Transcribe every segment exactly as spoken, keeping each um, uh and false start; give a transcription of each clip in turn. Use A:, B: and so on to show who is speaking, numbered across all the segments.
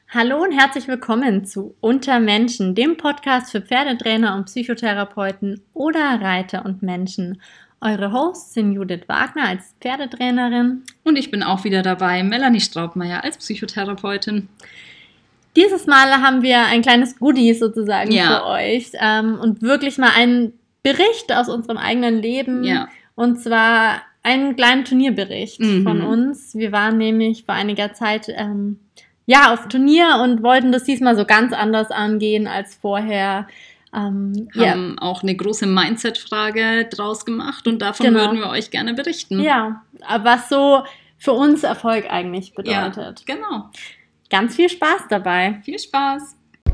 A: Hallo und herzlich willkommen zu Unter Menschen, dem Podcast für Pferdetrainer und Psychotherapeuten oder Reiter und Menschen. Eure Hosts sind Judith Wagner als Pferdetrainerin.
B: Und ich bin auch wieder dabei, Melanie Straubmeier als Psychotherapeutin.
A: Dieses Mal haben wir ein kleines Goodie sozusagen
B: Ja.
A: für euch ähm, und wirklich mal einen Bericht aus unserem eigenen Leben.
B: Ja.
A: Und zwar einen kleinen Turnierbericht
B: Mhm.
A: von uns. Wir waren nämlich vor einiger Zeit ähm, ja, auf Turnier und wollten das diesmal so ganz anders angehen als vorher. Ähm,
B: Haben
A: ja.
B: auch eine große Mindset-Frage draus gemacht und davon
A: Genau.
B: würden wir euch gerne berichten.
A: Ja, was so für uns Erfolg eigentlich bedeutet.
B: Ja, genau.
A: Ganz viel Spaß dabei.
B: Viel Spaß!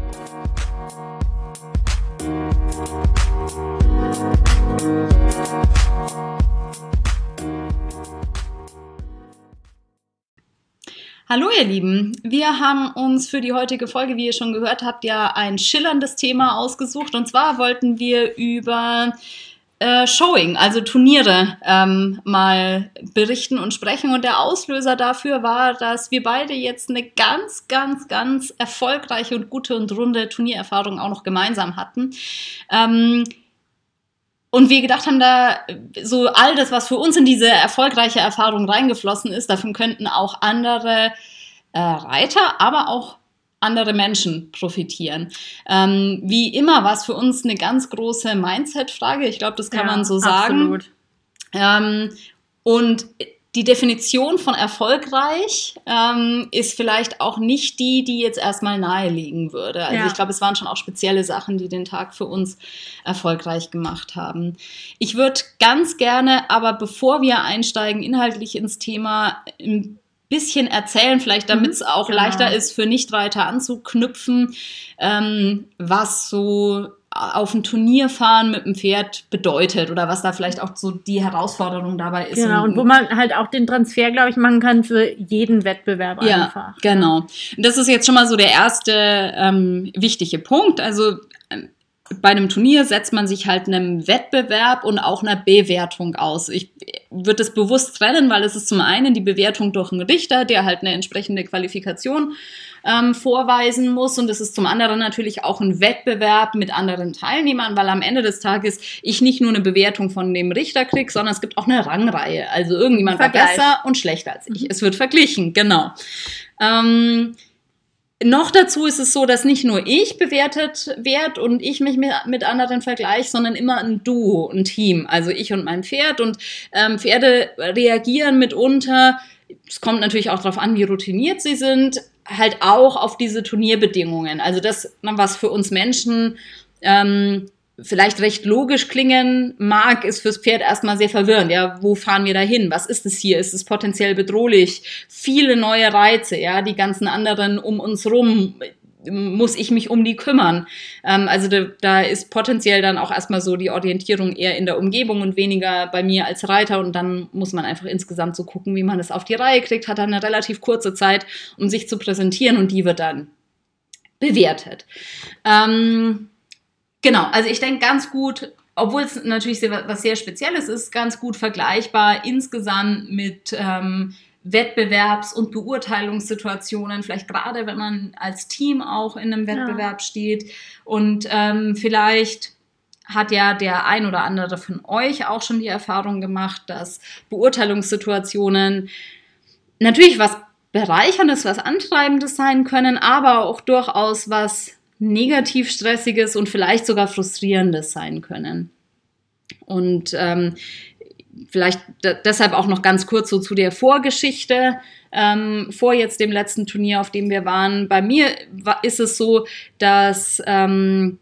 B: Hallo ihr Lieben, wir haben uns für die heutige Folge, wie ihr schon gehört habt, ja ein schillerndes Thema ausgesucht. Und zwar wollten wir über äh, Showing, also Turniere, ähm, mal berichten und sprechen. Und der Auslöser dafür war, dass wir beide jetzt eine ganz, ganz, ganz erfolgreiche und gute und runde Turniererfahrung auch noch gemeinsam hatten. Ähm, Und wir gedacht haben, da so all das, was für uns in diese erfolgreiche Erfahrung reingeflossen ist, davon könnten auch andere äh, Reiter, aber auch andere Menschen profitieren. Ähm, wie immer war es für uns eine ganz große Mindset-Frage. Ich glaube, das kann
A: Ja,
B: man so sagen.
A: absolut.
B: Ähm, und die Definition von erfolgreich ähm, ist vielleicht auch nicht die, die jetzt erstmal naheliegen würde. Also
A: Ja.
B: ich glaube, es waren schon auch spezielle Sachen, die den Tag für uns erfolgreich gemacht haben. Ich würde ganz gerne, aber bevor wir einsteigen, inhaltlich ins Thema ein bisschen erzählen, vielleicht damit es auch
A: genau.
B: leichter ist, für Nichtreiter anzuknüpfen, ähm, was so auf ein Turnier fahren mit dem Pferd bedeutet oder was da vielleicht auch so die Herausforderung dabei ist.
A: Genau, und wo man halt auch den Transfer, glaube ich, machen kann für jeden Wettbewerb
B: Ja,
A: einfach.
B: genau. Und das ist jetzt schon mal so der erste ähm, wichtige Punkt. Also ähm, bei einem Turnier setzt man sich halt einem Wettbewerb und auch einer Bewertung aus. Ich würde das bewusst trennen, weil es ist zum einen die Bewertung durch einen Richter, der halt eine entsprechende Qualifikation ähm, vorweisen muss, und es ist zum anderen natürlich auch ein Wettbewerb mit anderen Teilnehmern, weil am Ende des Tages ich nicht nur eine Bewertung von dem Richter kriege, sondern es gibt auch eine Rangreihe. Also irgendjemand war
A: Vergleich.
B: besser und schlechter als ich.
A: Mhm.
B: Es wird verglichen, genau. Ähm, Noch dazu ist es so, dass nicht nur ich bewertet werde und ich mich mit, mit anderen vergleiche, sondern immer ein Duo, ein Team. Also ich und mein Pferd. Und ähm, Pferde reagieren mitunter, es kommt natürlich auch darauf an, wie routiniert sie sind, halt auch auf diese Turnierbedingungen. Also das, was für uns Menschen ähm, vielleicht recht logisch klingen mag, ist fürs Pferd erstmal sehr verwirrend. Ja, wo fahren wir da hin? Was ist es hier? Ist es potenziell bedrohlich? Viele neue Reize, ja, die ganzen anderen um uns rum. Muss ich mich um die kümmern? Ähm, also da, da ist potenziell dann auch erstmal so die Orientierung eher in der Umgebung und weniger bei mir als Reiter. Und dann muss man einfach insgesamt so gucken, wie man das auf die Reihe kriegt. Hat dann eine relativ kurze Zeit, um sich zu präsentieren, und die wird dann bewertet. Ähm, Genau, also ich denke ganz gut, obwohl es natürlich sehr, was sehr Spezielles ist, ganz gut vergleichbar insgesamt mit ähm, Wettbewerbs- und Beurteilungssituationen, vielleicht gerade wenn man als Team auch in einem Wettbewerb ja. steht. Und ähm, vielleicht hat ja der ein oder andere von euch auch schon die Erfahrung gemacht, dass Beurteilungssituationen natürlich was Bereicherndes, was Antreibendes sein können, aber auch durchaus was negativ stressiges und vielleicht sogar frustrierendes sein können. Und ähm, vielleicht d- deshalb auch noch ganz kurz so zu der Vorgeschichte ähm, vor jetzt dem letzten Turnier, auf dem wir waren. Bei mir war, ist es so, dass ähm,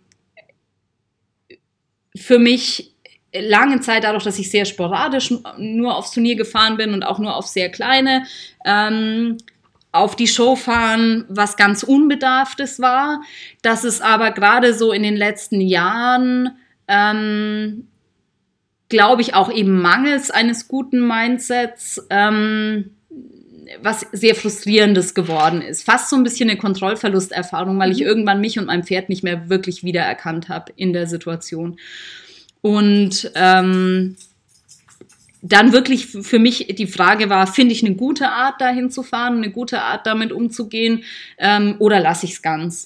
B: für mich lange Zeit, dadurch, dass ich sehr sporadisch nur aufs Turnier gefahren bin und auch nur auf sehr kleine, ähm, auf die Show fahren, was ganz Unbedarftes war, dass es aber gerade so in den letzten Jahren, ähm, glaube ich, auch eben mangels eines guten Mindsets, ähm, was sehr Frustrierendes geworden ist. Fast so ein bisschen eine Kontrollverlusterfahrung, weil mhm. ich irgendwann mich und mein Pferd nicht mehr wirklich wiedererkannt habe in der Situation. Und ähm, dann wirklich für mich die Frage war, finde ich eine gute Art, dahin zu fahren, eine gute Art, damit umzugehen, ähm, oder lasse ich es ganz?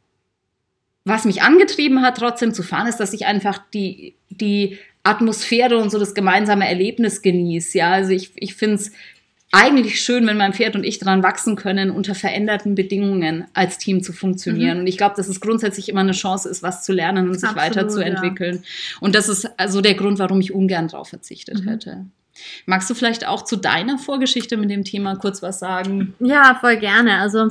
B: Was mich angetrieben hat, trotzdem zu fahren, ist, dass ich einfach die, die Atmosphäre und so das gemeinsame Erlebnis genieße. Ja? Also ich, ich finde es eigentlich schön, wenn mein Pferd und ich daran wachsen können, unter veränderten Bedingungen als Team zu funktionieren. Mhm. Und ich glaube, dass es grundsätzlich immer eine Chance ist, was zu lernen und sich Absolut, weiterzuentwickeln. Ja. Und das ist also der Grund, warum ich ungern drauf verzichtet mhm. hätte. Magst du vielleicht auch zu deiner Vorgeschichte mit dem Thema kurz was sagen?
A: Ja, voll gerne. Also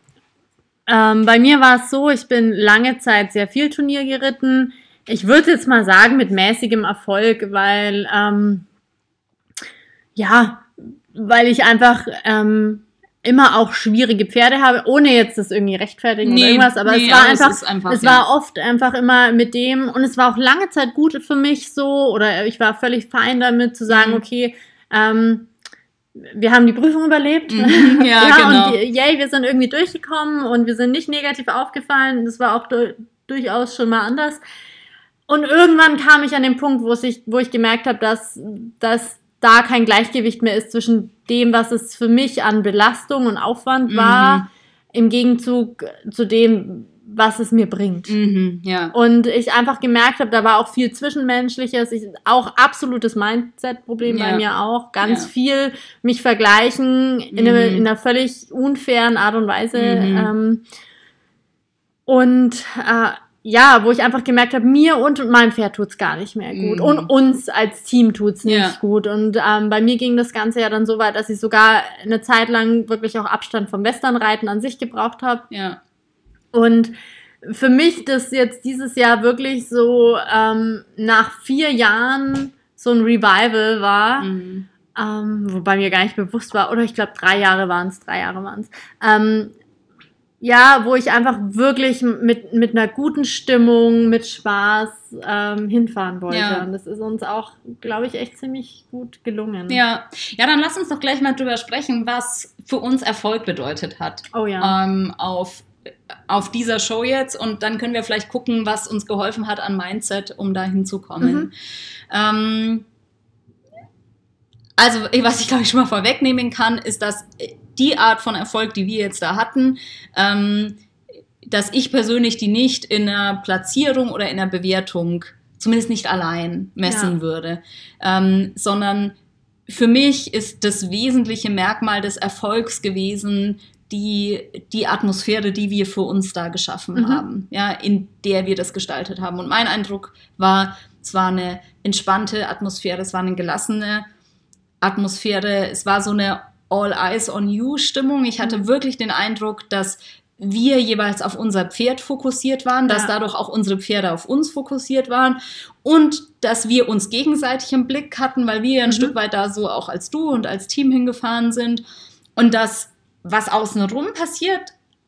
A: ähm, bei mir war es so, ich bin lange Zeit sehr viel Turnier geritten. Ich würde jetzt mal sagen, mit mäßigem Erfolg, weil ähm, ja, weil ich einfach ähm, immer auch schwierige Pferde habe, ohne jetzt das irgendwie rechtfertigen nee, oder irgendwas, aber nee, es war einfach, es, einfach, es ja. war oft einfach immer mit dem, und es war auch lange Zeit gut für mich so, oder ich war völlig fein damit zu sagen, mhm. okay, ähm, wir haben die Prüfung überlebt, mhm, ja, ja genau. und yay, wir sind irgendwie durchgekommen und wir sind nicht negativ aufgefallen, das war auch du- durchaus schon mal anders. Und irgendwann kam ich an den Punkt, wo ich, wo ich gemerkt habe, dass, dass da kein Gleichgewicht mehr ist zwischen dem, was es für mich an Belastung und Aufwand war, mhm. im Gegenzug zu dem, was es mir bringt.
B: Mhm, ja.
A: Und ich einfach gemerkt habe, da war auch viel Zwischenmenschliches, ich, auch absolutes Mindset-Problem ja. bei mir auch, ganz ja. viel mich vergleichen mhm. in, eine, in einer völlig unfairen Art und Weise. Mhm. Ähm, und äh, ja, wo ich einfach gemerkt habe, mir und meinem Pferd tut's gar nicht mehr gut. Mm. Und uns als Team tut's nicht ja. gut. Und ähm, bei mir ging das Ganze ja dann so weit, dass ich sogar eine Zeit lang wirklich auch Abstand vom Westernreiten an sich gebraucht habe.
B: Ja.
A: Und für mich das jetzt dieses Jahr wirklich so ähm, nach vier Jahren so ein Revival war, mm. ähm, wobei mir gar nicht bewusst war, oder ich glaube drei Jahre waren es, drei Jahre waren es, ähm, ja, wo ich einfach wirklich mit, mit einer guten Stimmung, mit Spaß ähm, hinfahren wollte. Ja. Und das ist uns auch, glaube ich, echt ziemlich gut gelungen.
B: Ja. ja, dann lass uns doch gleich mal drüber sprechen, was für uns Erfolg bedeutet hat.
A: Oh ja.
B: Ähm, auf, auf dieser Show jetzt. Und dann können wir vielleicht gucken, was uns geholfen hat an Mindset, um da hinzukommen. Mhm. Ähm, also, was ich, glaube ich, schon mal vorwegnehmen kann, ist, dass die Art von Erfolg, die wir jetzt da hatten, ähm, dass ich persönlich die nicht in einer Platzierung oder in einer Bewertung, zumindest nicht allein, messen ja. würde. Ähm, sondern für mich ist das wesentliche Merkmal des Erfolgs gewesen, die, die Atmosphäre, die wir für uns da geschaffen mhm. haben, ja, in der wir das gestaltet haben. Und mein Eindruck war, es war eine entspannte Atmosphäre, es war eine gelassene Atmosphäre, es war so eine All Eyes on You Stimmung. Ich hatte mhm. wirklich den Eindruck, dass wir jeweils auf unser Pferd fokussiert waren, dass ja. dadurch auch unsere Pferde auf uns fokussiert waren und dass wir uns gegenseitig im Blick hatten, weil wir ein mhm. Stück weit da so auch als du und als Team hingefahren sind und dass, was außenrum passiert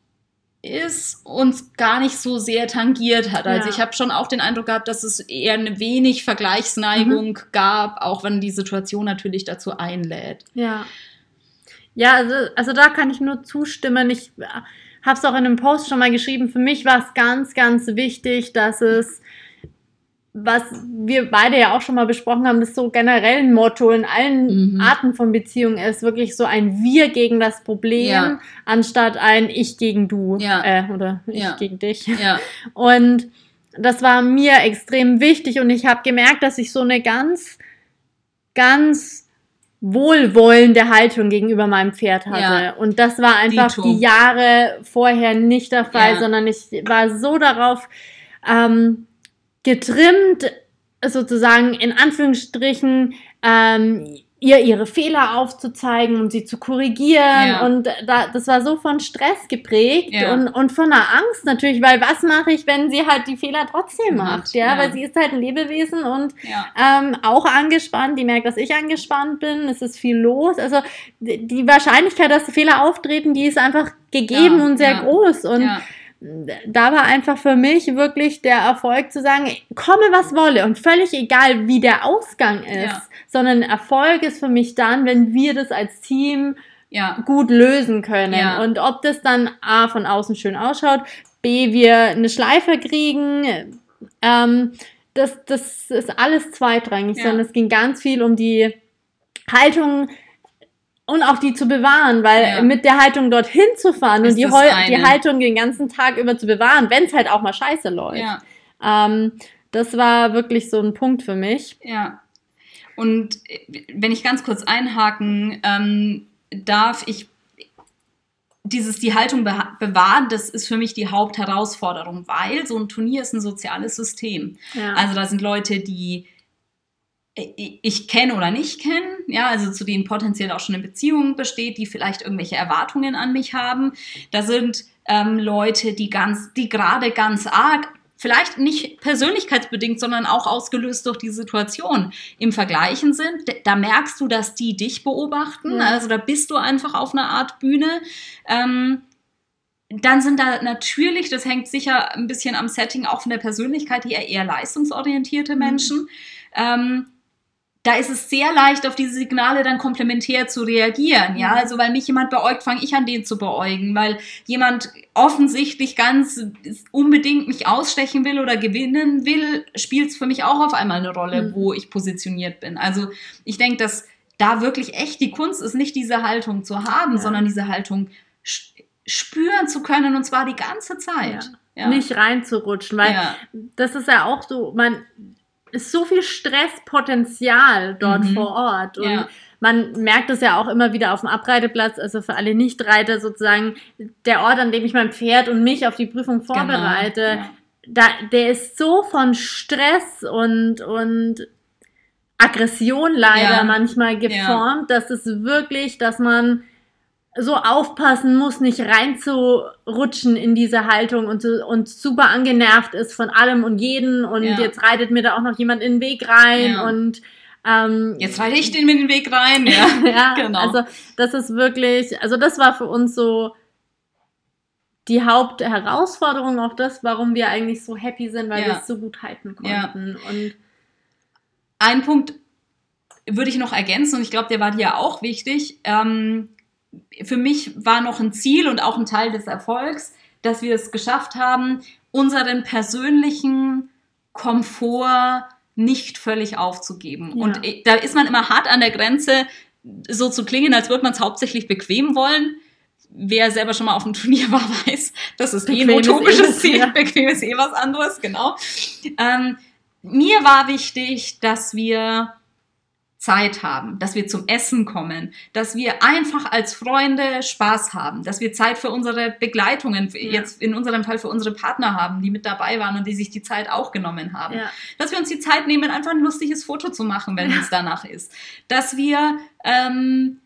B: ist, uns gar nicht so sehr tangiert hat. Also ja. ich habe schon auch den Eindruck gehabt, dass es eher eine wenig Vergleichsneigung mhm. gab, auch wenn die Situation natürlich dazu einlädt.
A: Ja. Ja, also, also da kann ich nur zustimmen. Ich habe es auch in einem Post schon mal geschrieben. Für mich war es ganz, ganz wichtig, dass es, was wir beide ja auch schon mal besprochen haben, das so generell ein Motto in allen mhm. Arten von Beziehungen ist, wirklich so ein Wir gegen das Problem, ja. anstatt ein Ich gegen du
B: ja.
A: äh, oder Ich
B: ja.
A: gegen dich.
B: Ja.
A: Und das war mir extrem wichtig und ich habe gemerkt, dass ich so eine ganz, ganz wohlwollende Haltung gegenüber meinem Pferd hatte. Ja. Und das war einfach Dito. die Jahre vorher nicht der Fall, ja. sondern ich war so darauf ähm, getrimmt, sozusagen in Anführungsstrichen, ähm, ihr ihre Fehler aufzuzeigen und sie zu korrigieren. Ja. Und da, das war so von Stress geprägt ja. und, und von einer Angst natürlich, weil was mache ich, wenn sie halt die Fehler trotzdem macht? Ja, ja. weil sie ist halt ein Lebewesen und ja. ähm, auch angespannt. Die merkt, dass ich angespannt bin. Es ist viel los. Also die Wahrscheinlichkeit, dass Fehler auftreten, die ist einfach gegeben ja. und sehr ja. groß. Und ja. da war einfach für mich wirklich der Erfolg zu sagen, komme was wolle und völlig egal, wie der Ausgang ist, ja. sondern Erfolg ist für mich dann, wenn wir das als Team ja. gut lösen können. Ja. Und ob das dann A, von außen schön ausschaut, B, wir eine Schleife kriegen, ähm, das, das ist alles zweitrangig, ja. sondern es ging ganz viel um die Haltung und auch die zu bewahren, weil
B: Ja.
A: mit der Haltung dorthin zu fahren
B: Ist
A: und die,
B: das
A: Hol-
B: eine.
A: die Haltung den ganzen Tag über zu bewahren, wenn es halt auch mal scheiße läuft.
B: Ja.
A: Ähm, das war wirklich so ein Punkt für mich.
B: Ja. Und wenn ich ganz kurz einhaken ähm, darf, ich dieses die Haltung be- bewahren, das ist für mich die Hauptherausforderung, weil so ein Turnier ist ein soziales System.
A: Ja.
B: Also da sind Leute, die ich kenne oder nicht kenne, ja, also zu denen potenziell auch schon eine Beziehung besteht, die vielleicht irgendwelche Erwartungen an mich haben. Da sind ähm, Leute, die ganz, die gerade ganz arg, vielleicht nicht persönlichkeitsbedingt, sondern auch ausgelöst durch die Situation im Vergleichen sind. Da merkst du, dass die dich beobachten.
A: Ja.
B: Also da bist du einfach auf einer Art Bühne. Ähm, dann sind da natürlich, das hängt sicher ein bisschen am Setting auch von der Persönlichkeit, die eher, eher leistungsorientierte Menschen. Mhm. Ähm, da ist es sehr leicht, auf diese Signale dann komplementär zu reagieren, ja, also weil mich jemand beäugt, fange ich an, den zu beäugen, weil jemand offensichtlich ganz unbedingt mich ausstechen will oder gewinnen will, spielt es für mich auch auf einmal eine Rolle, mhm. wo ich positioniert bin. Also ich denke, dass da wirklich echt die Kunst ist, nicht diese Haltung zu haben, ja. sondern diese Haltung spüren zu können, und zwar die ganze Zeit.
A: Ja. Ja. Nicht reinzurutschen, weil ja. das ist ja auch so, man ist so viel Stresspotenzial dort mhm. vor Ort. Und ja. man merkt es ja auch immer wieder auf dem Abreiteplatz, also für alle Nichtreiter sozusagen, der Ort, an dem ich mein Pferd und mich auf die Prüfung vorbereite, genau. ja. da, der ist so von Stress und, und Aggression leider ja. manchmal geformt, ja. dass es wirklich, dass man so aufpassen muss, nicht reinzurutschen in diese Haltung und, und super angenervt ist von allem und jeden und ja. jetzt reitet mir da auch noch jemand in den Weg rein ja. und ähm,
B: jetzt reite ich den mit den Weg rein. Ja,
A: ja genau. Also das ist wirklich, also das war für uns so die Hauptherausforderung, auch das, warum wir eigentlich so happy sind, weil ja. wir es so gut halten konnten. Ja. Und
B: ein Punkt würde ich noch ergänzen, und ich glaube, der war dir auch wichtig, ähm, für mich war noch ein Ziel und auch ein Teil des Erfolgs, dass wir es geschafft haben, unseren persönlichen Komfort nicht völlig aufzugeben. Ja. Und da ist man immer hart an der Grenze, so zu klingen, als würde man es hauptsächlich bequem wollen. Wer selber schon mal auf einem Turnier war, weiß, das ist eh ein utopisches Ziel. Ja. Bequem ist eh was anderes, genau. Ähm, mir war wichtig, dass wir Zeit haben, dass wir zum Essen kommen, dass wir einfach als Freunde Spaß haben, dass wir Zeit für unsere Begleitungen, ja. jetzt in unserem Fall für unsere Partner haben, die mit dabei waren und die sich die Zeit auch genommen haben. Ja. Dass wir uns die Zeit nehmen, einfach ein lustiges Foto zu machen, wenn ja. es danach ist. Dass wir, ähm,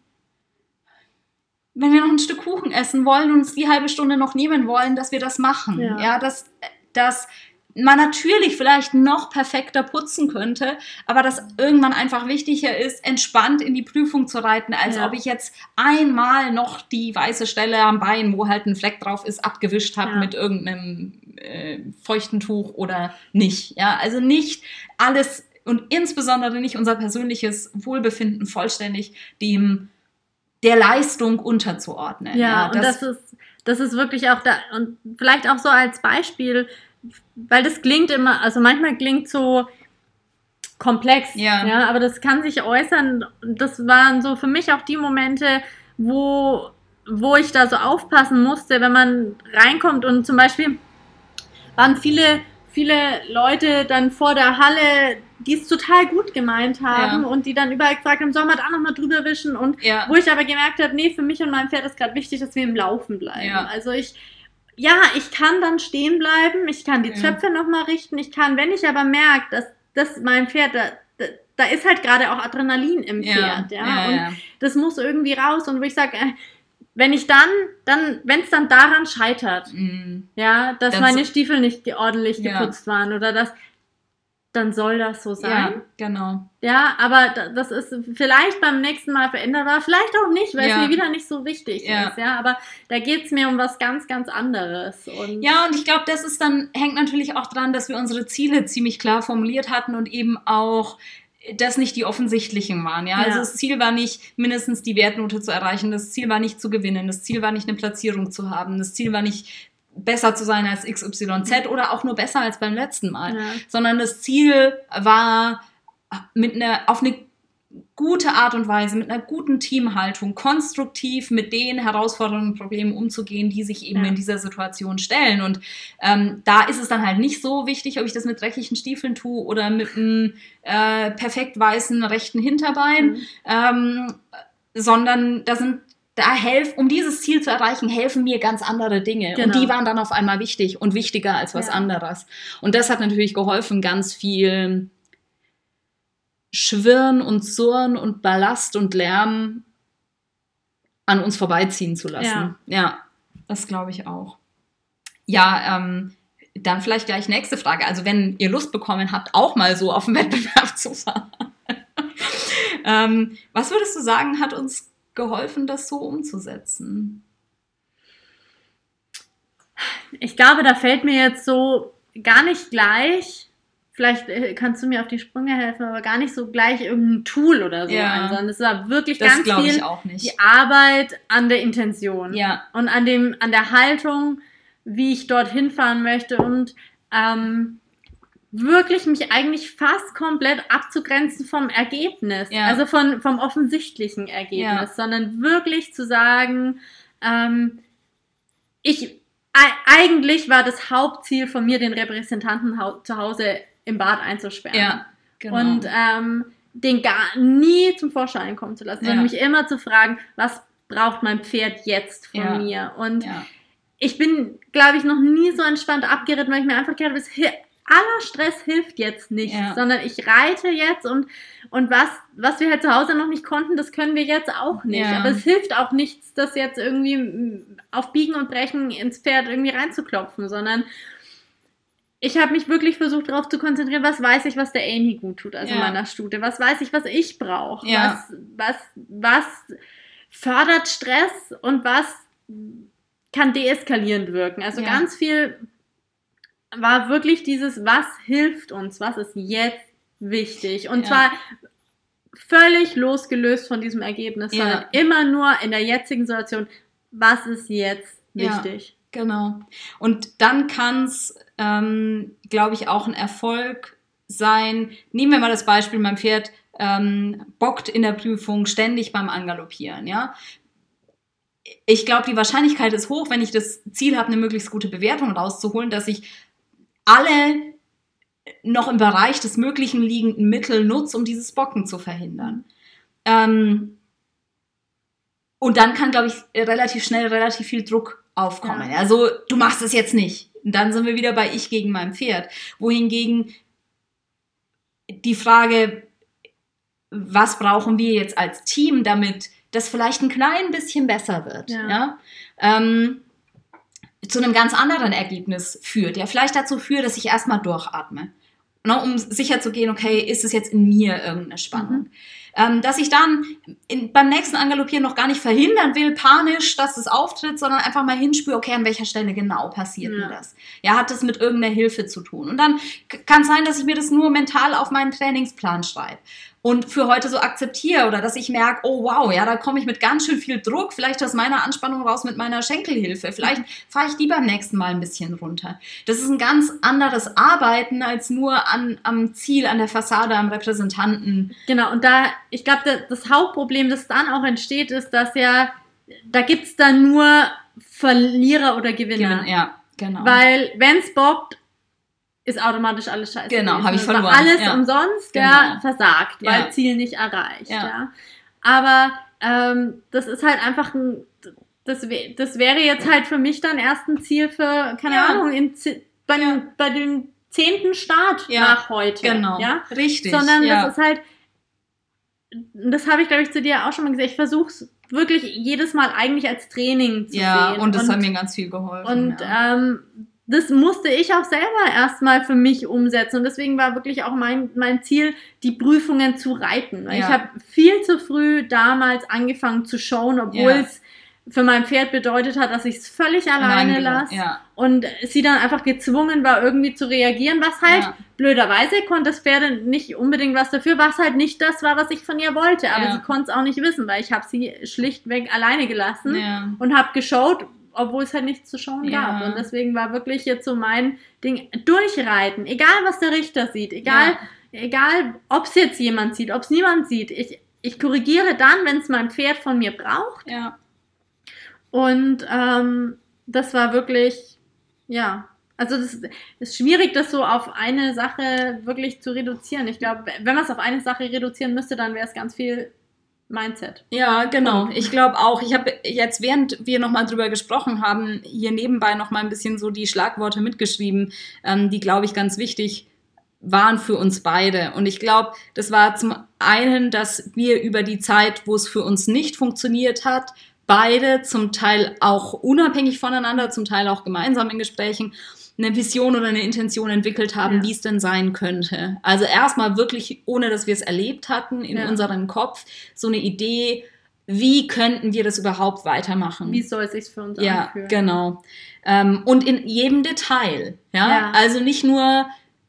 B: wenn wir noch ein Stück Kuchen essen wollen und uns die halbe Stunde noch nehmen wollen, dass wir das machen. Ja, ja dass, dass man natürlich vielleicht noch perfekter putzen könnte, aber dass irgendwann einfach wichtiger ist, entspannt in die Prüfung zu reiten, als ja. ob ich jetzt einmal noch die weiße Stelle am Bein, wo halt ein Fleck drauf ist, abgewischt habe ja. mit irgendeinem äh, feuchten Tuch oder nicht. Ja, also nicht alles und insbesondere nicht unser persönliches Wohlbefinden vollständig dem der Leistung unterzuordnen.
A: Ja, ja und das, das ist das ist wirklich auch da, und vielleicht auch so als Beispiel, weil das klingt immer, also manchmal klingt so komplex, ja. ja, aber das kann sich äußern. Das waren so für mich auch die Momente, wo, wo ich da so aufpassen musste, wenn man reinkommt, und zum Beispiel waren viele, viele Leute dann vor der Halle, die es total gut gemeint haben, ja. und die dann überall gefragt haben, soll man da nochmal drüber wischen, und ja. wo ich aber gemerkt habe, nee, für mich und mein Pferd ist gerade wichtig, dass wir im Laufen bleiben. Ja. Also ich Ja, ich kann dann stehen bleiben, ich kann die Zöpfe ja. nochmal richten, ich kann, wenn ich aber merke, dass das mein Pferd, da, da, da ist halt gerade auch Adrenalin im Pferd, ja, ja, ja und ja. das muss irgendwie raus, und wo ich sage, wenn ich dann, dann, wenn es dann daran scheitert, mhm. ja, dass das meine Stiefel nicht ordentlich ja. geputzt waren oder das, dann soll das so sein.
B: Ja, genau.
A: Ja, aber das ist vielleicht beim nächsten Mal veränderbar, vielleicht auch nicht, weil ja. es mir wieder nicht so wichtig ja. ist. Ja, aber da geht es mir um was ganz, ganz anderes. Und
B: ja, und ich glaube, das ist dann, hängt natürlich auch dran, dass wir unsere Ziele ziemlich klar formuliert hatten und eben auch das nicht die offensichtlichen waren. Ja? ja, also das Ziel war nicht, mindestens die Wertnote zu erreichen, das Ziel war nicht zu gewinnen, das Ziel war nicht eine Platzierung zu haben, das Ziel war nicht besser zu sein als X Y Z oder auch nur besser als beim letzten Mal, ja. sondern das Ziel war, mit einer, auf eine gute Art und Weise, mit einer guten Teamhaltung, konstruktiv mit den herausfordernden Problemen umzugehen, die sich eben ja. in dieser Situation stellen. Und ähm, da ist es dann halt nicht so wichtig, ob ich das mit dreckigen Stiefeln tue oder mit einem äh, perfekt weißen rechten Hinterbein, mhm. ähm, sondern da sind Da helf, um dieses Ziel zu erreichen, helfen mir ganz andere Dinge. Genau. Und die waren dann auf einmal wichtig und wichtiger als was ja. anderes. Und das hat natürlich geholfen, ganz viel Schwirren und Surren und Ballast und Lärm an uns vorbeiziehen zu lassen. Ja, ja, das glaube ich auch. Ja, ähm, dann vielleicht gleich nächste Frage. Also wenn ihr Lust bekommen habt, auch mal so auf den Wettbewerb zu fahren. ähm, was würdest du sagen, hat uns geholfen, das so umzusetzen?
A: Ich glaube, da fällt mir jetzt so gar nicht gleich, vielleicht kannst du mir auf die Sprünge helfen, aber gar nicht so gleich irgendein Tool oder so ja. ein, sondern es war wirklich das ganz viel die Arbeit an der Intention
B: ja.
A: und an dem, an der Haltung, wie ich dorthin fahren möchte und ähm, wirklich mich eigentlich fast komplett abzugrenzen vom Ergebnis, ja. also von, vom offensichtlichen Ergebnis, ja. sondern wirklich zu sagen, ähm, ich, eigentlich war das Hauptziel von mir, den Repräsentanten hau- zu Hause im Bad einzusperren
B: ja, genau.
A: und ähm, den gar nie zum Vorschein kommen zu lassen, sondern ja. mich immer zu fragen, was braucht mein Pferd jetzt von
B: ja.
A: mir und
B: ja.
A: ich bin, glaube ich, noch nie so entspannt abgeritten, weil ich mir einfach gedacht habe, aller Stress hilft jetzt nicht, ja. sondern ich reite jetzt und, und was, was wir halt zu Hause noch nicht konnten, das können wir jetzt auch nicht. Ja. Aber es hilft auch nichts, das jetzt irgendwie auf Biegen und Brechen ins Pferd irgendwie reinzuklopfen, sondern ich habe mich wirklich versucht, darauf zu konzentrieren, was weiß ich, was der Amy gut tut, also ja. meiner Stute. Was weiß ich, was ich brauche?
B: Ja.
A: Was, was, was fördert Stress und was kann deeskalierend wirken? Also ja. ganz viel war wirklich dieses, was hilft uns, was ist jetzt wichtig? Und ja. zwar völlig losgelöst von diesem Ergebnis,
B: ja.
A: sondern immer nur in der jetzigen Situation, was ist jetzt wichtig?
B: Ja, genau. Und dann kann es, ähm, glaube ich, auch ein Erfolg sein. Nehmen wir mal das Beispiel, mein Pferd ähm, bockt in der Prüfung ständig beim Angaloppieren, ja. Ich glaube, die Wahrscheinlichkeit ist hoch, wenn ich das Ziel habe, eine möglichst gute Bewertung rauszuholen, dass ich alle noch im Bereich des Möglichen liegenden Mittel nutze, um dieses Bocken zu verhindern. Ähm, und dann kann, glaube ich, relativ schnell relativ viel Druck aufkommen. Ja. Also, du machst es jetzt nicht. Und dann sind wir wieder bei ich gegen mein Pferd. Wohingegen die Frage, was brauchen wir jetzt als Team, damit das vielleicht ein klein bisschen besser wird,
A: ja.
B: Ja? Ähm, zu einem ganz anderen Ergebnis führt. Ja, vielleicht dazu führt, dass ich erstmal durchatme, ne, um sicher zu gehen, okay, ist es jetzt in mir irgendeine Spannung? Mhm. Ähm, dass ich dann in, beim nächsten Angaloppieren noch gar nicht verhindern will, panisch, dass es auftritt, sondern einfach mal hinspüre, okay, an welcher Stelle genau passiert
A: ja.
B: mir das? Ja, hat das mit irgendeiner Hilfe zu tun? Und dann kann es sein, dass ich mir das nur mental auf meinen Trainingsplan schreibe und für heute so akzeptiere oder dass ich merke, oh wow, ja, da komme ich mit ganz schön viel Druck, vielleicht aus meiner Anspannung raus mit meiner Schenkelhilfe, vielleicht fahre ich die beim nächsten Mal ein bisschen runter. Das ist ein ganz anderes Arbeiten als nur an, am Ziel, an der Fassade, am Repräsentanten.
A: Genau, und da, ich glaube, das, das Hauptproblem, das dann auch entsteht, ist, dass ja, da gibt es dann nur Verlierer oder Gewinner.
B: Gewinn, ja, genau.
A: Weil, wenn es bockt, ist automatisch alles scheiße.
B: Genau, habe ich verloren.
A: War alles
B: ja.
A: umsonst,
B: genau.
A: ja, versagt, weil
B: ja.
A: Ziel nicht erreicht.
B: Ja.
A: Ja. Aber ähm, das ist halt einfach ein, das, wär, das wäre jetzt halt für mich dann erst ein Ziel für, keine
B: ja.
A: Ahnung, in, bei,
B: ja.
A: dem, bei dem zehnten Start
B: ja.
A: nach heute.
B: Genau,
A: ja?
B: richtig.
A: Sondern
B: ja.
A: das ist halt, das habe ich, glaube ich, zu dir auch schon mal gesagt, ich versuche es wirklich jedes Mal eigentlich als Training zu
B: ja,
A: sehen.
B: und das
A: und,
B: hat mir ganz viel geholfen.
A: Und
B: ja.
A: ähm, das musste ich auch selber erstmal für mich umsetzen. Und deswegen war wirklich auch mein, mein Ziel, die Prüfungen zu reiten. Weil
B: ja.
A: ich habe viel zu früh damals angefangen zu showen, obwohl
B: ja.
A: es für mein Pferd bedeutet hat, dass ich es völlig alleine lasse.
B: Ja.
A: Und sie dann einfach gezwungen war, irgendwie zu reagieren, was halt
B: ja.
A: blöderweise konnte das Pferd nicht unbedingt was dafür, was halt nicht das war, was ich von ihr wollte. Aber
B: ja.
A: sie konnte es auch nicht wissen, weil ich habe sie schlichtweg alleine gelassen
B: ja.
A: und habe geschaut, obwohl es halt nichts zu schauen
B: ja.
A: gab. Und deswegen war wirklich jetzt so mein Ding, durchreiten, egal was der Richter sieht, egal, egal ob es jetzt jemand sieht, ob es niemand sieht, ich, ich korrigiere dann, wenn es mein Pferd von mir braucht.
B: Ja.
A: Und ähm, das war wirklich, ja, also das ist schwierig, das so auf eine Sache wirklich zu reduzieren. Ich glaube, wenn man es auf eine Sache reduzieren müsste, dann wäre es ganz viel Mindset.
B: Ja, genau. Ich glaube auch. Ich habe jetzt, während wir nochmal drüber gesprochen haben, hier nebenbei nochmal ein bisschen so die Schlagworte mitgeschrieben, ähm, die, glaube ich, ganz wichtig waren für uns beide. Und ich glaube, das war zum einen, dass wir über die Zeit, wo es für uns nicht funktioniert hat, beide zum Teil auch unabhängig voneinander, zum Teil auch gemeinsam in Gesprächen, eine Vision oder eine Intention entwickelt haben, ja. wie es denn sein könnte. Also erstmal wirklich, ohne dass wir es erlebt hatten, in ja. unserem Kopf, so eine Idee, wie könnten wir das überhaupt weitermachen?
A: Wie soll es sich für uns
B: ja,
A: anfühlen?
B: Ja, genau. Ähm, und in jedem Detail. Ja? ja. Also nicht nur,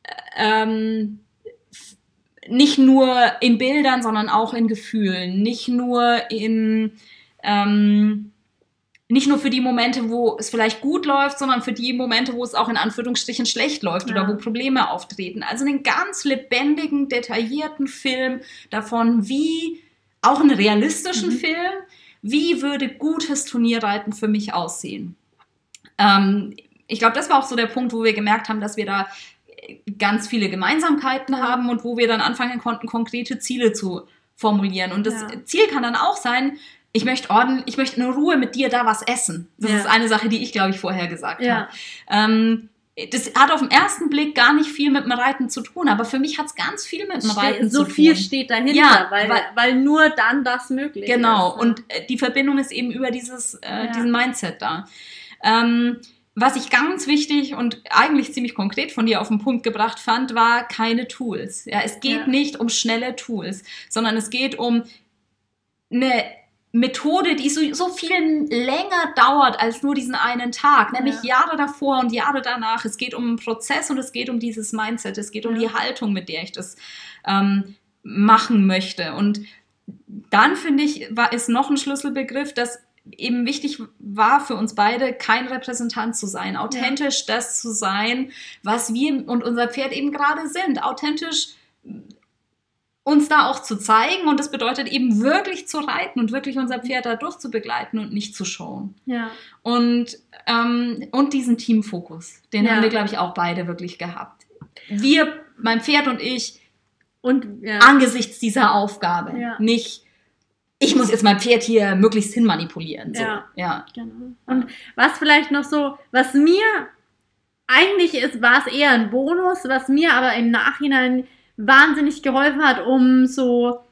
B: ähm, nicht nur in Bildern, sondern auch in Gefühlen. Nicht nur in... Ähm, nicht nur für die Momente, wo es vielleicht gut läuft, sondern für die Momente, wo es auch in Anführungsstrichen schlecht läuft ja. oder wo Probleme auftreten. Also einen ganz lebendigen, detaillierten Film davon, wie, auch einen realistischen mhm. Film, wie würde gutes Turnierreiten für mich aussehen. Ähm, ich glaube, das war auch so der Punkt, wo wir gemerkt haben, dass wir da ganz viele Gemeinsamkeiten ja. haben und wo wir dann anfangen konnten, konkrete Ziele zu formulieren. Und das ja. Ziel kann dann auch sein, Ich möchte ordentlich, ich möchte in Ruhe mit dir da was essen. Das ja. ist eine Sache, die ich, glaube ich, vorher gesagt ja. habe. Ähm, das hat auf den ersten Blick gar nicht viel mit dem Reiten zu tun, aber für mich hat es ganz viel mit dem Reiten
A: so
B: zu tun. So
A: viel steht dahinter, ja, weil, weil, weil nur dann das möglich
B: genau.
A: ist.
B: Genau, und die Verbindung ist eben über dieses, äh, ja. diesen Mindset da. Ähm, was ich ganz wichtig und eigentlich ziemlich konkret von dir auf den Punkt gebracht fand, war keine Tools. Ja, es geht ja. nicht um schnelle Tools, sondern es geht um eine Methode, die so, so viel länger dauert als nur diesen einen Tag, nämlich ja. Jahre davor und Jahre danach. Es geht um einen Prozess und es geht um dieses Mindset, es geht um ja. die Haltung, mit der ich das ähm, machen möchte. Und dann, finde ich, war, ist noch ein Schlüsselbegriff, dass eben wichtig war für uns beide, kein Repräsentant zu sein, authentisch ja. das zu sein, was wir und unser Pferd eben gerade sind, authentisch uns da auch zu zeigen, und das bedeutet eben wirklich zu reiten und wirklich unser Pferd da durchzubegleiten und nicht zu schauen.
A: Ja.
B: Und, ähm, und diesen Teamfokus, den ja. haben wir, glaube ich, auch beide wirklich gehabt. Wir, mein Pferd und ich,
A: und ja.
B: angesichts dieser Aufgabe,
A: ja.
B: nicht, ich muss jetzt mein Pferd hier möglichst hinmanipulieren. So.
A: Ja.
B: Ja.
A: Genau. Und was vielleicht noch so, was mir eigentlich ist, war es eher ein Bonus, was mir aber im Nachhinein wahnsinnig geholfen hat, um so,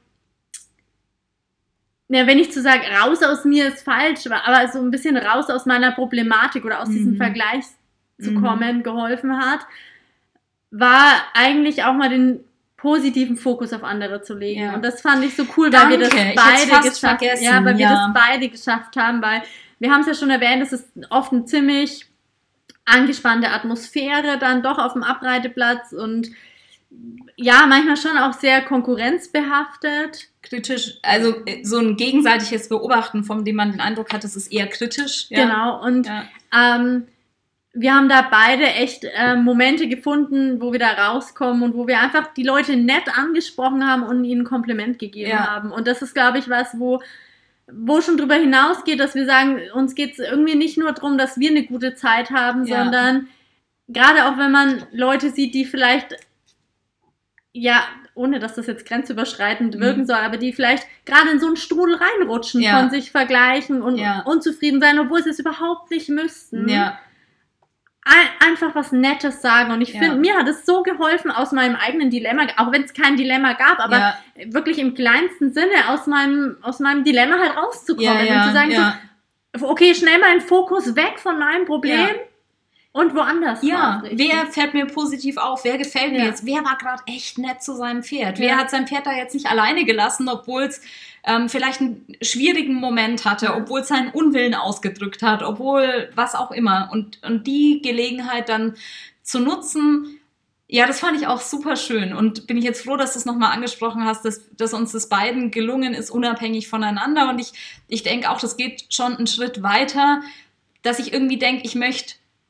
A: ja, wenn ich zu sagen, raus aus mir ist falsch, aber so ein bisschen raus aus meiner Problematik oder aus mhm. diesem Vergleich zu mhm. kommen, geholfen hat, war eigentlich auch mal den positiven Fokus auf andere zu legen. Ja. Und das fand ich so cool,
B: Danke.
A: weil wir das beide geschafft, ja, weil wir
B: ja.
A: das beide geschafft haben, weil wir haben es ja schon erwähnt, es ist oft ein ziemlich angespannte Atmosphäre dann doch auf dem Abreiteplatz und ja, manchmal schon auch sehr konkurrenzbehaftet.
B: Kritisch, also so ein gegenseitiges Beobachten, von dem man den Eindruck hat, es ist eher kritisch. Ja.
A: Genau, und ja. ähm, wir haben da beide echt äh, Momente gefunden, wo wir da rauskommen und wo wir einfach die Leute nett angesprochen haben und ihnen ein Kompliment gegeben ja. haben. Und das ist, glaube ich, was, wo, wo schon drüber hinausgeht, dass wir sagen, uns geht es irgendwie nicht nur darum, dass wir eine gute Zeit haben, ja. sondern gerade auch, wenn man Leute sieht, die vielleicht ja, ohne dass das jetzt grenzüberschreitend wirken mhm. soll, aber die vielleicht gerade in so einen Strudel reinrutschen, ja. von sich vergleichen und ja. unzufrieden sein, obwohl sie es überhaupt nicht müssten.
B: Ja.
A: Ein, einfach was Nettes sagen. Und ich
B: ja.
A: finde, mir hat es so geholfen, aus meinem eigenen Dilemma, auch wenn es kein Dilemma gab, aber ja. wirklich im kleinsten Sinne aus meinem, aus meinem Dilemma halt rauszukommen
B: ja, ja,
A: und zu sagen,
B: ja.
A: so, okay, schnell mal den Fokus weg von meinem Problem. Ja. Und woanders.
B: Ja, wer fällt mir positiv auf? Wer gefällt mir ja. jetzt? Wer war gerade echt nett zu seinem Pferd? Ja. Wer hat sein Pferd da jetzt nicht alleine gelassen, obwohl es ähm, vielleicht einen schwierigen Moment hatte, obwohl es seinen Unwillen ausgedrückt hat, obwohl was auch immer. Und, und die Gelegenheit dann zu nutzen, ja, das fand ich auch super schön. Und bin ich jetzt froh, dass du es nochmal angesprochen hast, dass, dass uns das beiden gelungen ist, unabhängig voneinander. Und ich, ich denke auch, das geht schon einen Schritt weiter, dass ich irgendwie denke, ich möchte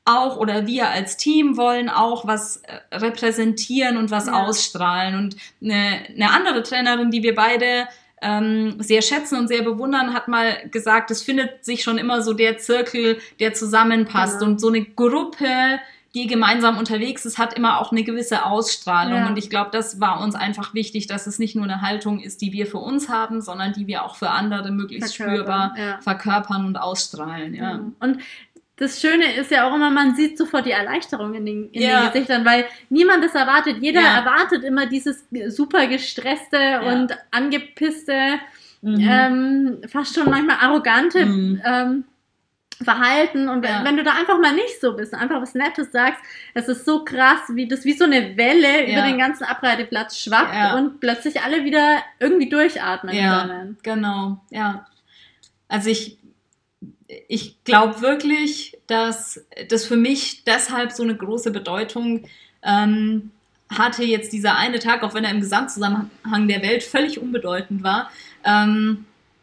B: auch oder wir als Team wollen auch was repräsentieren und was ja. ausstrahlen. Und eine, eine andere Trainerin, die wir beide ähm, sehr schätzen und sehr bewundern, hat mal gesagt, es findet sich schon immer so der Zirkel, der zusammenpasst. Genau. Und so eine Gruppe, die gemeinsam unterwegs ist, hat immer auch eine gewisse Ausstrahlung. Ja. Und ich glaube, das war uns einfach wichtig, dass es nicht nur eine Haltung ist, die wir für uns haben, sondern die wir auch für andere möglichst verkörpern, spürbar ja. verkörpern und ausstrahlen. Ja.
A: Ja. Und das Schöne ist ja auch immer, man sieht sofort die Erleichterung in den, in ja. den Gesichtern, weil niemand das erwartet. Jeder ja. erwartet immer dieses super gestresste ja. und angepisste, mhm. ähm, fast schon manchmal arrogante mhm. ähm, Verhalten. Und ja. wenn du da einfach mal nicht so bist, einfach was Nettes sagst, es ist so krass, wie das wie so eine Welle ja. über den ganzen Abreiteplatz schwappt ja. und plötzlich alle wieder irgendwie durchatmen
B: ja.
A: können.
B: Genau, ja. Also ich Ich glaube wirklich, dass das für mich deshalb so eine große Bedeutung ähm, hatte, jetzt dieser eine Tag, auch wenn er im Gesamtzusammenhang der Welt völlig unbedeutend war, ähm,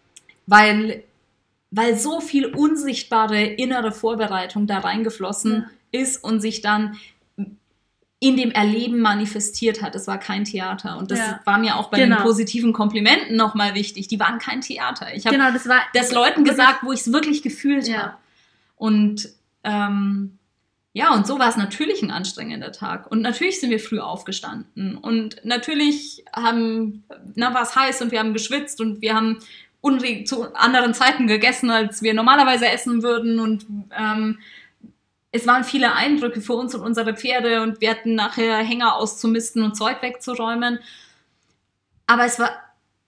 B: weil, weil so viel unsichtbare innere Vorbereitung da reingeflossen ja. ist und sich dann in dem Erleben manifestiert hat. Es war kein Theater. Und das ja. war mir auch bei genau. den positiven Komplimenten nochmal wichtig. Die waren kein Theater. Ich habe
A: genau, das war,
B: das Leuten gesagt, wo ich es wirklich gefühlt ja. habe. Und ähm, ja, und so war es natürlich ein anstrengender Tag. Und natürlich sind wir früh aufgestanden. Und natürlich haben, na, war es heiß und wir haben geschwitzt und wir haben unre- zu anderen Zeiten gegessen, als wir normalerweise essen würden. Und ähm, es waren viele Eindrücke für uns und unsere Pferde und wir hatten nachher Hänger auszumisten und Zeug wegzuräumen. Aber es war,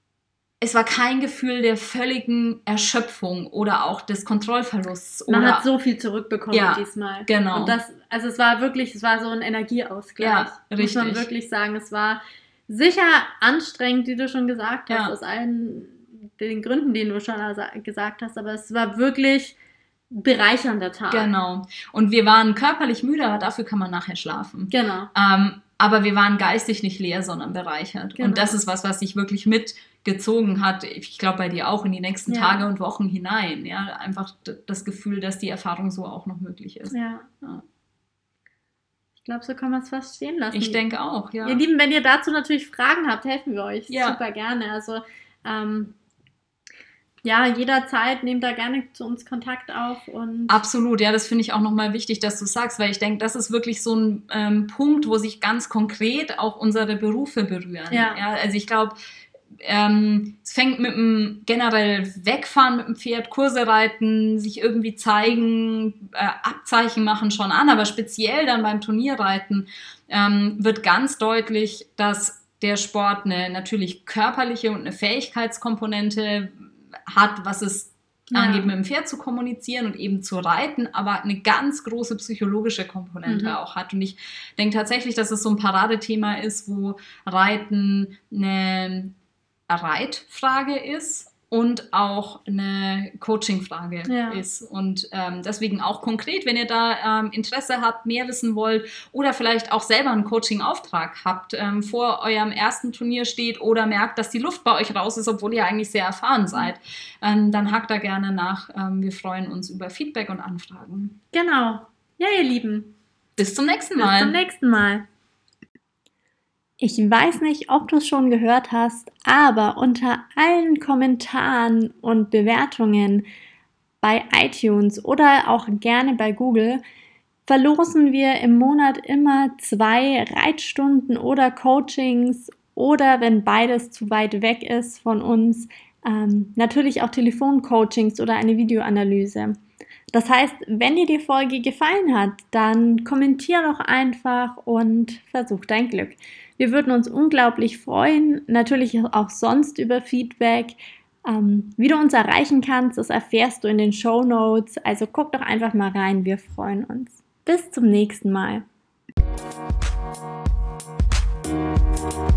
B: es war kein Gefühl der völligen Erschöpfung oder auch des Kontrollverlusts.
A: Man
B: oder,
A: hat so viel zurückbekommen ja, diesmal.
B: Genau.
A: Und das, also es war wirklich, es war so ein Energieausgleich. Ja, richtig. Muss man wirklich sagen. Es war sicher anstrengend, wie du schon gesagt hast, ja. aus allen den Gründen, die du schon gesagt hast. Aber es war wirklich bereichernder Tag.
B: Genau. Und wir waren körperlich müde, aber dafür kann man nachher schlafen.
A: Genau.
B: Ähm, aber wir waren geistig nicht leer, sondern bereichert. Genau. Und das ist was, was sich wirklich mitgezogen hat, ich glaube bei dir auch, in die nächsten ja. Tage und Wochen hinein. Ja, einfach d- das Gefühl, dass die Erfahrung so auch noch möglich ist.
A: Ja.
B: ja.
A: Ich glaube, so kann man es fast stehen lassen.
B: Ich denke auch, ja.
A: Ihr Lieben, wenn ihr dazu natürlich Fragen habt, helfen wir euch
B: ja.
A: super gerne. Also, ähm, ja, jederzeit nehmt da gerne zu uns Kontakt auf. Und
B: absolut, ja, das finde ich auch nochmal wichtig, dass du sagst, weil ich denke, das ist wirklich so ein ähm, Punkt, wo sich ganz konkret auch unsere Berufe berühren.
A: Ja.
B: Ja, also ich glaube, ähm, es fängt mit dem generell Wegfahren mit dem Pferd, Kurse reiten, sich irgendwie zeigen, äh, Abzeichen machen schon an, aber speziell dann beim Turnierreiten ähm, wird ganz deutlich, dass der Sport eine natürlich körperliche und eine Fähigkeitskomponente hat, was es ja. angeht, mit dem Pferd zu kommunizieren und eben zu reiten, aber eine ganz große psychologische Komponente mhm. auch hat. Und ich denke tatsächlich, dass es so ein Paradethema ist, wo Reiten eine Reitfrage ist und auch eine Coachingfrage
A: ja.
B: ist. Und ähm, deswegen auch konkret, wenn ihr da ähm, Interesse habt, mehr wissen wollt oder vielleicht auch selber einen Coaching-Auftrag habt, ähm, vor eurem ersten Turnier steht oder merkt, dass die Luft bei euch raus ist, obwohl ihr eigentlich sehr erfahren seid, ähm, dann hakt da gerne nach. Ähm, wir freuen uns über Feedback und Anfragen.
A: Genau. Ja, ihr Lieben.
B: Bis zum nächsten Mal.
A: Bis zum nächsten Mal. Ich weiß nicht, ob du es schon gehört hast, aber unter allen Kommentaren und Bewertungen bei iTunes oder auch gerne bei Google verlosen wir im Monat immer zwei Reitstunden oder Coachings oder, wenn beides zu weit weg ist von uns, ähm, natürlich auch Telefoncoachings oder eine Videoanalyse. Das heißt, wenn dir die Folge gefallen hat, dann kommentier doch einfach und versuch dein Glück. Wir würden uns unglaublich freuen, natürlich auch sonst über Feedback. Ähm, wie du uns erreichen kannst, das erfährst du in den Shownotes. Also guck doch einfach mal rein, wir freuen uns. Bis zum nächsten Mal.